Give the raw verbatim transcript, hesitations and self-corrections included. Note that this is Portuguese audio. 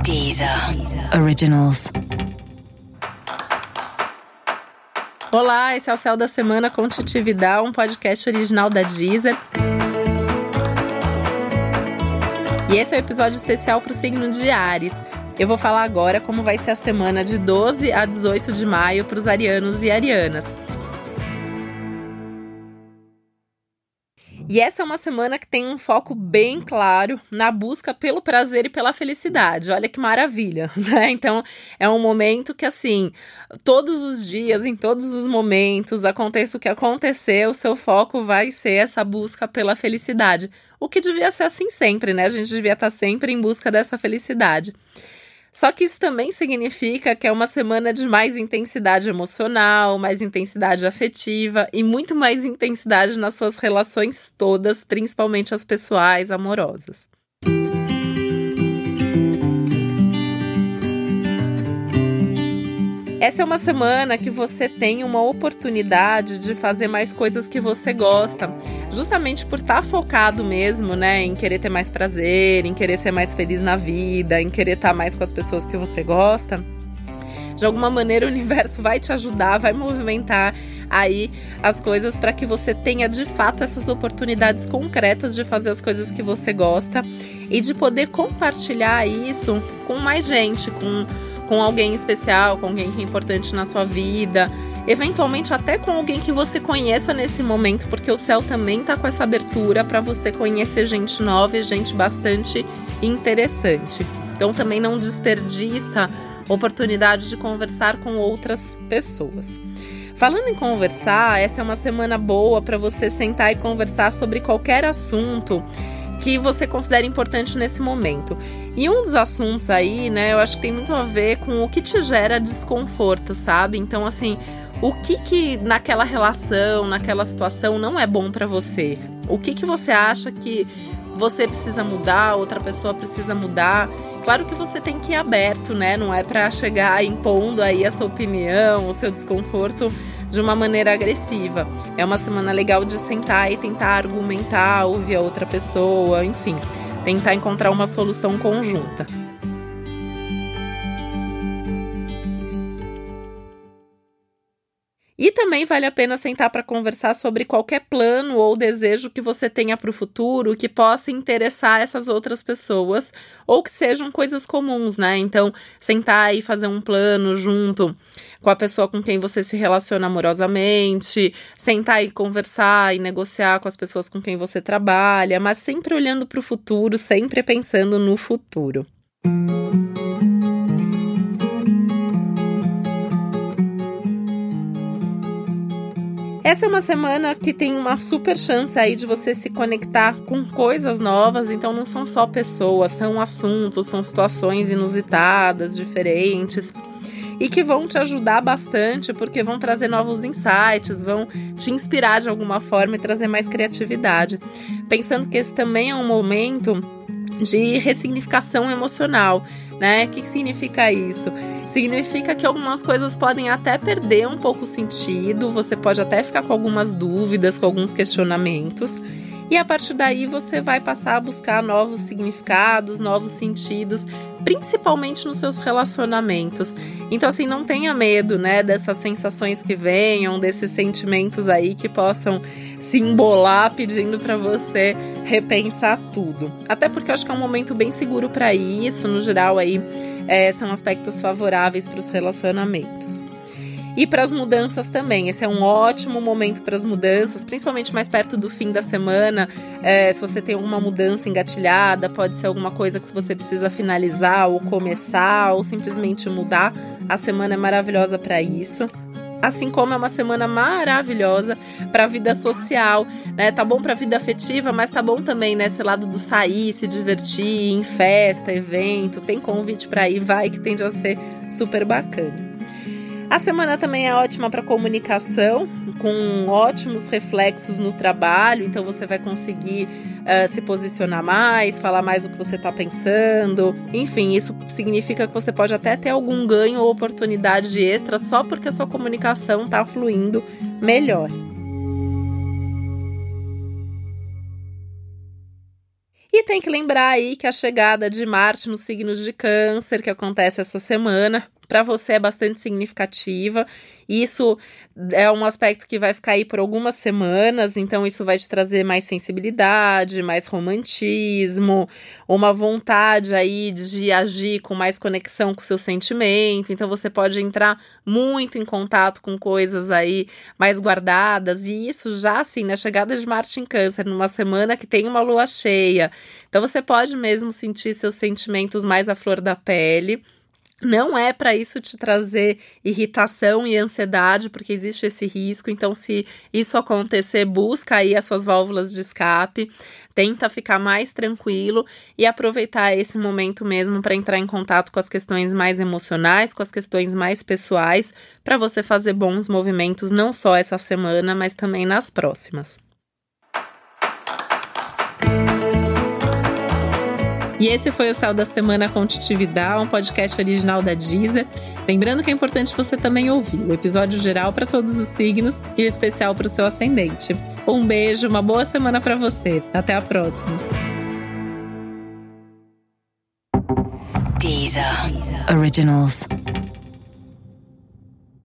Deezer Originals. Olá, esse é o Céu da Semana com Titi Vidal, um podcast original da Deezer. E esse é o um episódio especial para o signo de Áries. Eu vou falar agora como vai ser a semana de doze a dezoito de maio para os arianos e arianas. E essa é uma semana que tem um foco bem claro na busca pelo prazer e pela felicidade. Olha que maravilha, né? Então, é um momento que, assim, todos os dias, em todos os momentos, aconteça o que acontecer, o seu foco vai ser essa busca pela felicidade. O que devia ser assim sempre, né? A gente devia estar sempre em busca dessa felicidade. Só que isso também significa que é uma semana de mais intensidade emocional, mais intensidade afetiva e muito mais intensidade nas suas relações todas, principalmente as pessoais, amorosas. Essa é uma semana que você tem uma oportunidade de fazer mais coisas que você gosta, justamente por estar focado mesmo, né, em querer ter mais prazer, em querer ser mais feliz na vida, em querer estar mais com as pessoas que você gosta. De alguma maneira o universo vai te ajudar, vai movimentar aí as coisas para que você tenha de fato essas oportunidades concretas de fazer as coisas que você gosta e de poder compartilhar isso com mais gente, com com alguém especial, com alguém que é importante na sua vida, eventualmente até com alguém que você conheça nesse momento, porque o céu também tá com essa abertura para você conhecer gente nova e gente bastante interessante. Então também não desperdiça a oportunidade de conversar com outras pessoas. Falando em conversar, essa é uma semana boa para você sentar e conversar sobre qualquer assunto que você considera importante nesse momento. E um dos assuntos aí, né, eu acho que tem muito a ver com o que te gera desconforto, sabe? Então, assim, o que que naquela relação, naquela situação não é bom pra você? O que que você acha que você precisa mudar, outra pessoa precisa mudar? Claro que você tem que ir aberto, né? Não é pra chegar impondo aí a sua opinião, o seu desconforto de uma maneira agressiva. É uma semana legal de sentar e tentar argumentar, ouvir a outra pessoa, enfim, tentar encontrar uma solução conjunta. E também vale a pena sentar para conversar sobre qualquer plano ou desejo que você tenha para o futuro que possa interessar essas outras pessoas ou que sejam coisas comuns, né? Então, sentar e fazer um plano junto com a pessoa com quem você se relaciona amorosamente, sentar e conversar e negociar com as pessoas com quem você trabalha, mas sempre olhando para o futuro, sempre pensando no futuro. Essa é uma semana que tem uma super chance aí de você se conectar com coisas novas, então não são só pessoas, são assuntos, são situações inusitadas, diferentes, e que vão te ajudar bastante porque vão trazer novos insights, vão te inspirar de alguma forma e trazer mais criatividade. Pensando que esse também é um momento de ressignificação emocional, né? O que significa isso? Significa que algumas coisas podem até perder um pouco o sentido, você pode até ficar com algumas dúvidas, com alguns questionamentos, e a partir daí você vai passar a buscar novos significados, novos sentidos, principalmente nos seus relacionamentos. Então, assim, não tenha medo, né, dessas sensações que venham, desses sentimentos aí que possam se embolar pedindo para você repensar tudo. Até porque eu acho que é um momento bem seguro para isso, no geral aí é, são aspectos favoráveis para os relacionamentos. E para as mudanças também, esse é um ótimo momento para as mudanças, principalmente mais perto do fim da semana, é, se você tem alguma mudança engatilhada, pode ser alguma coisa que você precisa finalizar ou começar ou simplesmente mudar, a semana é maravilhosa para isso. Assim como é uma semana maravilhosa para a vida social, né? Tá bom para a vida afetiva, mas tá bom também, né? Esse lado do sair, se divertir, em festa, evento, tem convite para ir, vai que tende a ser super bacana. A semana também é ótima para comunicação, com ótimos reflexos no trabalho, então você vai conseguir uh, se posicionar mais, falar mais o que você está pensando. Enfim, isso significa que você pode até ter algum ganho ou oportunidade extra só porque a sua comunicação está fluindo melhor. E tem que lembrar aí que a chegada de Marte no signo de Câncer, que acontece essa semana, para você é bastante significativa. Isso é um aspecto que vai ficar aí por algumas semanas, então isso vai te trazer mais sensibilidade, mais romantismo, uma vontade aí de agir com mais conexão com o seu sentimento. Então você pode entrar muito em contato com coisas aí mais guardadas, e isso já assim, na chegada de Marte em Câncer, numa semana que tem uma lua cheia. Então você pode mesmo sentir seus sentimentos mais à flor da pele. Não é para isso te trazer irritação e ansiedade, porque existe esse risco. Então, se isso acontecer, busca aí as suas válvulas de escape, tenta ficar mais tranquilo e aproveitar esse momento mesmo para entrar em contato com as questões mais emocionais, com as questões mais pessoais, para você fazer bons movimentos não só essa semana, mas também nas próximas. E esse foi o Céu da Semana com Titi Vidal, um podcast original da Deezer. Lembrando que é importante você também ouvir o episódio geral para todos os signos e o especial para o seu ascendente. Um beijo, uma boa semana para você. Até a próxima. Deezer. Deezer. Originals.